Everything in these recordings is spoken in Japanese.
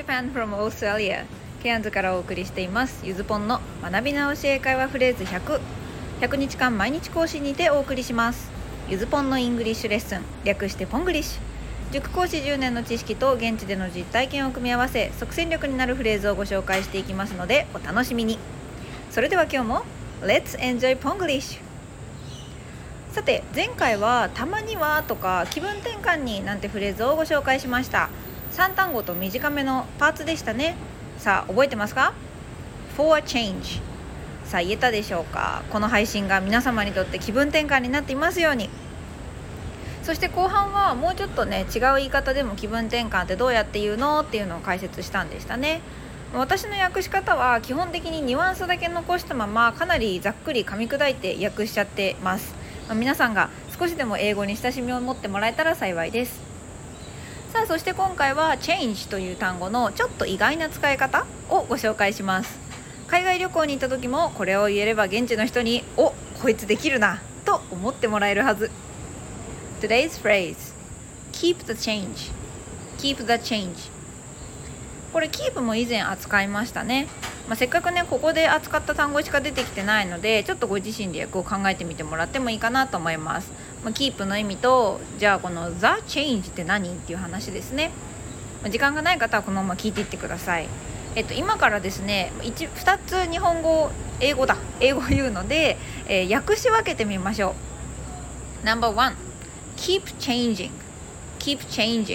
Japan from Australia ケアンズからお送りしていますゆずぽんの学び直し英会話フレーズ100日間毎日講師にてお送りします。ゆずぽんのイングリッシュレッスン、略してポングリッシュ。塾講師10年の知識と現地での実体験を組み合わせ即戦力になるフレーズをご紹介していきますのでお楽しみに。それでは今日も Let's enjoy ポングリッシュ。さて前回はたまにはとか気分転換になんてフレーズをご紹介しました。3単語と短めのパーツでしたね。さあ覚えてますか？ For a change。 さあ言えたでしょうか？この配信が皆様にとって気分転換になっていますように。そして後半はもうちょっとね違う言い方でも気分転換ってどうやって言うのっていうのを解説したんでしたね。私の訳し方は基本的にニュアンスだけ残したままかなりざっくり噛み砕いて訳しちゃってます。皆さんが少しでも英語に親しみを持ってもらえたら幸いです。さあそして今回は change という単語のちょっと意外な使い方をご紹介します。海外旅行に行った時もこれを言えれば現地の人にお、こいつできるなと思ってもらえるはず。 Today's phrase Keep the change Keep the change。 これ keep も以前扱いましたね。せっかくねここで扱った単語しか出てきてないのでちょっとご自身で訳を考えてみてもらってもいいかなと思います。keep の意味とじゃあこの the change って何っていう話ですね。時間がない方はこのまま聞いていってください。今からですね2つ日本語英語を言うので、訳し分けてみましょう。 No.1 Keep changing Keep changing。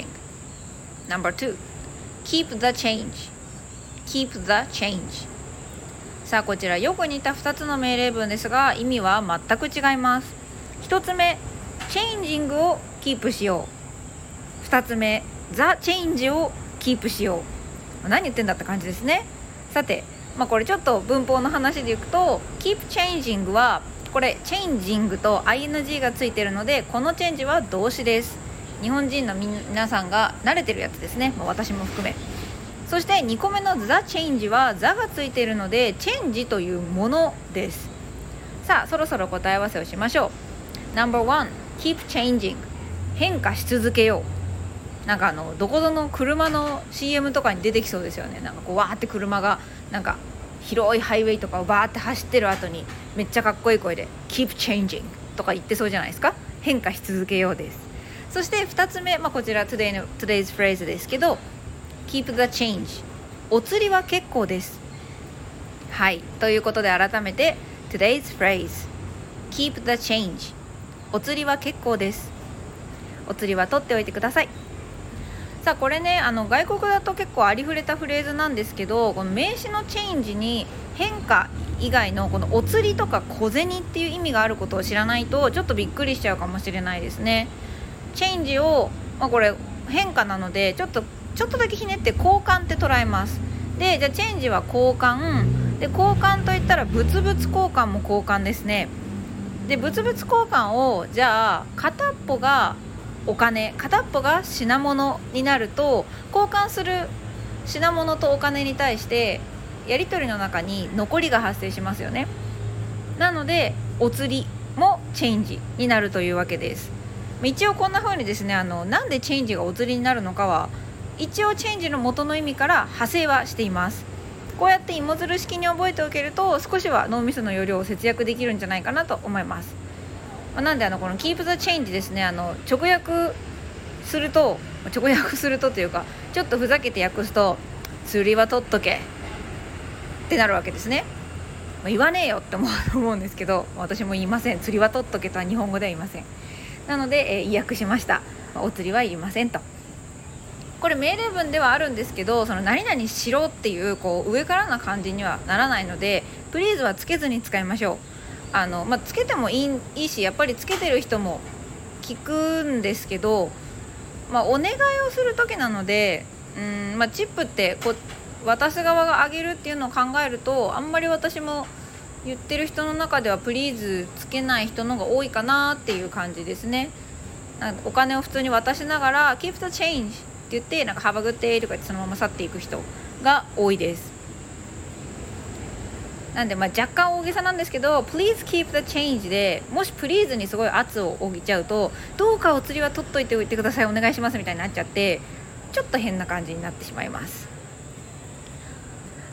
No.2 Keep the change Keep the change。 さあこちらよく似た2つの命令文ですが意味は全く違います。1つ目チェンジングをキープしよう。2つ目ザ・チェンジをキープしよう。何言ってんだって感じですね。さて、これちょっと文法の話でいくと Keep changing はこれチェンジングと ing がついているのでこのチェンジは動詞です。日本人の皆さんが慣れてるやつですね。私も含め。そして2個目の The Change は The がついているのでチェンジというものです。さあそろそろ答え合わせをしましょう。 No.1 Keep changing 変化し続けよう。なんかどこぞの車の CM とかに出てきそうですよね。なんかこうわーって車がなんか広いハイウェイとかをバーって走ってる後にめっちゃかっこいい声で Keep changing とか言ってそうじゃないですか。変化し続けようです。そして2つ目、こちら Today's phrase ですけどKeep the change お釣りは結構です。はい、ということで改めて Today's phrase Keep the change お釣りは結構です。お釣りは取っておいてください。さあこれね外国だと結構ありふれたフレーズなんですけどこの名詞のチェンジに変化以外のこのお釣りとか小銭っていう意味があることを知らないとちょっとびっくりしちゃうかもしれないですね。チェンジを、これ変化なのでちょっとだけひねって交換って捉えます。でじゃあチェンジは交換で交換といったら物々交換も交換ですね。で物々交換をじゃあ片っぽがお金片っぽが品物になると交換する品物とお金に対してやり取りの中に残りが発生しますよね。なのでお釣りもチェンジになるというわけです。一応こんな風にですねなんでチェンジがお釣りになるのかは一応チェンジの元の意味から派生はしています。こうやって芋づる式に覚えておけると少しは脳みその容量を節約できるんじゃないかなと思います。なんでこの Keep the change ですね直訳するとというかちょっとふざけて訳すと釣りは取っとけってなるわけですね。言わねえよって思うんですけど私も言いません。釣りは取っとけとは日本語では言いません。なので、意訳しました。お釣りはいりませんと。これ命令文ではあるんですけどその何々しろっていう、上からな感じにはならないのでプリーズはつけずに使いましょう。つけてもいいしやっぱりつけてる人も聞くんですけど、お願いをする時なのでチップって渡す側があげるっていうのを考えるとあんまり私も言ってる人の中ではプリーズつけない人の方が多いかなっていう感じですね。お金を普通に渡しながら Keep the change って言ってHave a good day とか言ってそのまま去っていく人が多いです。なんで若干大げさなんですけど Please keep the change でもしプリーズにすごい圧を置いちゃうとどうかお釣りは取っといておいてくださいお願いしますみたいになっちゃってちょっと変な感じになってしまいます。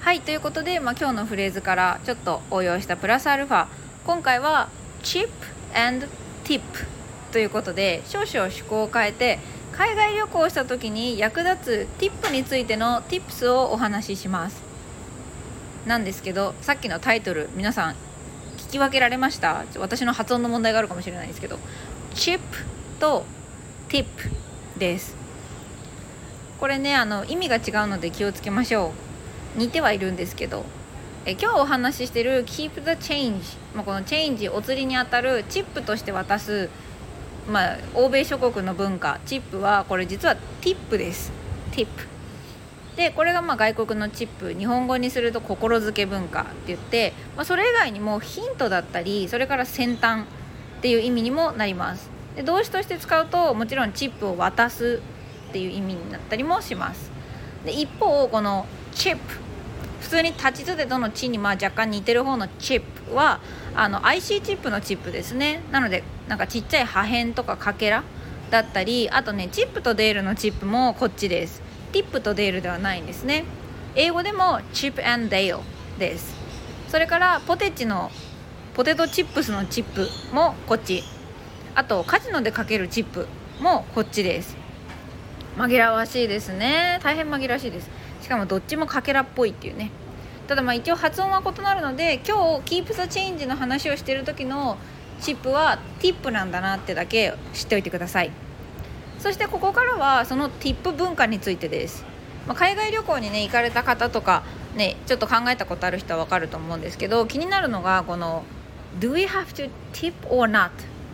はい、ということで、今日のフレーズからちょっと応用したプラスアルファ、今回は Chip and Tip ということで、少々趣向を変えて海外旅行をした時に役立つ Tip についての Tips をお話しします。なんですけど、さっきのタイトル皆さん聞き分けられました？私の発音の問題があるかもしれないですけど、 Chip と Tip です。これね、意味が違うので気をつけましょう。似てはいるんですけど、今日お話ししている Keep the Change、このチェンジ、お釣りにあたるチップとして渡す、欧米諸国の文化、チップはこれ実はティップです。ティップで、これが外国のチップ、日本語にすると心づけ文化って言って、それ以外にもヒントだったり、それから先端っていう意味にもなります。で、動詞として使うともちろんチップを渡すっていう意味になったりもします。で、一方このチップ、普通に立ちつてとの地に若干似てる方のチップはIC チップのチップですね。なのでちっちゃい破片とかかけらだったり、あとね、チップとデールのチップもこっちです。ティップとデールではないんですね。英語でもチップ&デールです。それからポテトチップスのチップもこっち、あとカジノでかけるチップもこっちです。紛らわしいですね。大変紛らわしいです。しかもどっちもかけらっぽいっていうね。ただ一応発音は異なるので、今日 Keep the Change の話をしている時のチップはティップなんだなってだけ知っておいてください。そしてここからはそのティップ文化についてです。海外旅行にね行かれた方とかね、ちょっと考えたことある人はわかると思うんですけど、気になるのがこの Do we have to tip or not?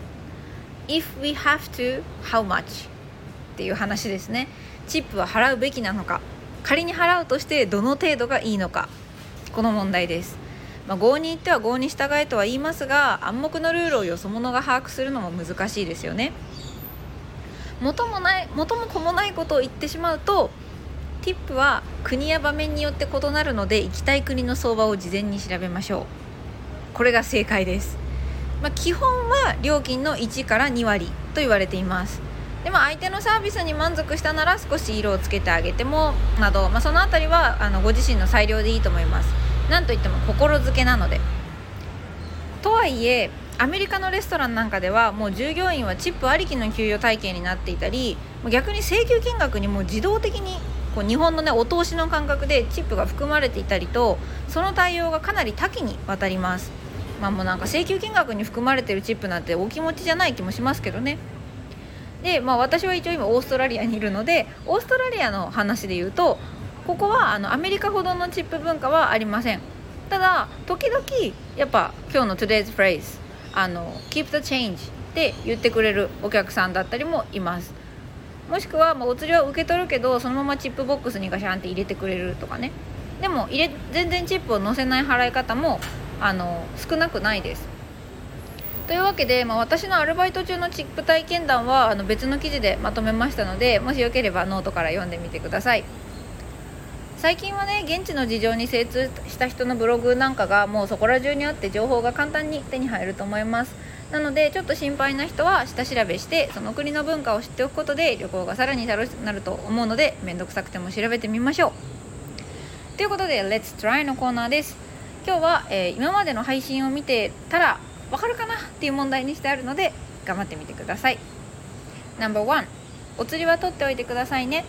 If we have to, how much? っていう話ですね。チップは払うべきなのか、仮に払うとしてどの程度がいいのか、この問題です。郷に行っては郷に従えとは言いますが、暗黙のルールをよそ者が把握するのも難しいですよね。元も子もないことを言ってしまうと、ティップは国や場面によって異なるので、行きたい国の相場を事前に調べましょう。これが正解です。基本は料金の1から2割と言われています。で、相手のサービスに満足したなら少し色をつけてあげてもなど、そのあたりはご自身の裁量でいいと思います。なんといっても心づけなので。とはいえアメリカのレストランなんかではもう従業員はチップありきの給与体系になっていたり、逆に請求金額にも自動的に日本のお通しの感覚でチップが含まれていたりと、その対応がかなり多岐にわたります。もう請求金額に含まれているチップなんてお気持ちじゃない気もしますけどね。で、私は一応今オーストラリアにいるので、オーストラリアの話で言うと、ここはアメリカほどのチップ文化はありません。ただ時々やっぱ今日の Today's Phrase Keep the change って言ってくれるお客さんだったりもいます。もしくはお釣りは受け取るけどそのままチップボックスにガシャンって入れてくれるとかね。でも全然チップを載せない払い方も少なくないです。というわけで、私のアルバイト中のチップ体験談は別の記事でまとめましたので、もしよければノートから読んでみてください。最近はね、現地の事情に精通した人のブログなんかがもうそこら中にあって、情報が簡単に手に入ると思います。なのでちょっと心配な人は下調べしてその国の文化を知っておくことで旅行がさらに楽しくなると思うので、めんどくさくても調べてみましょう。ということで Let's Try のコーナーです。今日は、今までの配信を見てたらわかるかなっていう問題にしてあるので頑張ってみてください。 No.1 お釣りは取っておいてくださいね。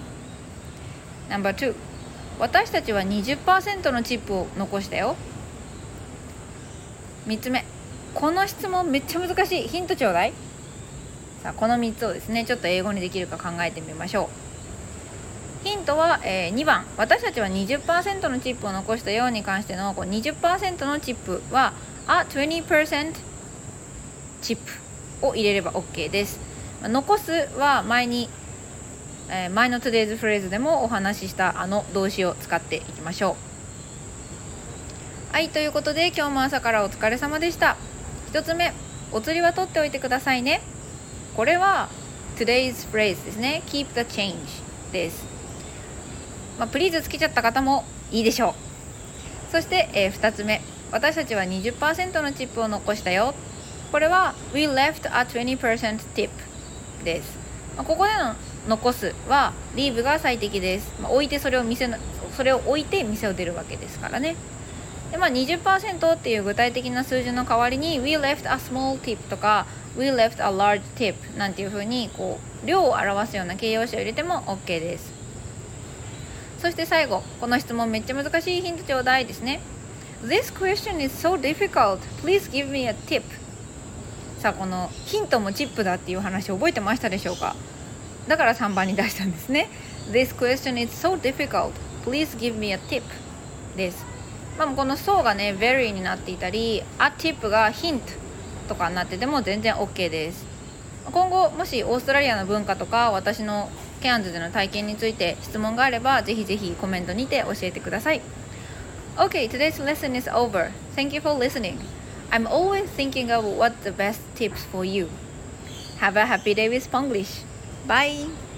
No.2 私たちは 20% のチップを残したよ。3つ目、この質問めっちゃ難しい、ヒントちょうだい。さあこの3つをですね、ちょっと英語にできるか考えてみましょう。ヒントは、2番、私たちは 20% のチップを残したように関しての20% のチップは20% チップを入れれば OK です。残すは前の Today's Phrase でもお話しした動詞を使っていきましょう。はい、ということで今日も朝からお疲れ様でした。1つ目、お釣りは取っておいてくださいね。これは Today's Phrase ですね。 Keep the change です。プリーズつけちゃった方もいいでしょう。そして、2つ目、私たちは 20% のチップを残したよ。これは We left a 20% tip です。 ここでの残すは leave が最適です。置いてそれを置いて店を出るわけですからね。で、20% っていう具体的な数字の代わりに we left a small tip とか we left a large tip なんていう風に量を表すような形容詞を入れても OK です。そして最後、この質問めっちゃ難しいヒントちょうだいですね。 This question is so difficult. Please give me a tip. さあ、このヒントもチップだっていう話覚えてましたでしょうか。だから3番に出したんですね。 This question is so difficult. Please give me a tip です。この so がね very になっていたり a tip が hint とかになってても全然 OK です。今後もしオーストラリアの文化とか私のケアンズでの体験について質問があればぜひぜひコメントにて教えてください。 Okay, today's lesson is over. Thank you for listening. I'm always thinking of what's the best tips for you. Have a happy day with Spanglish. Bye!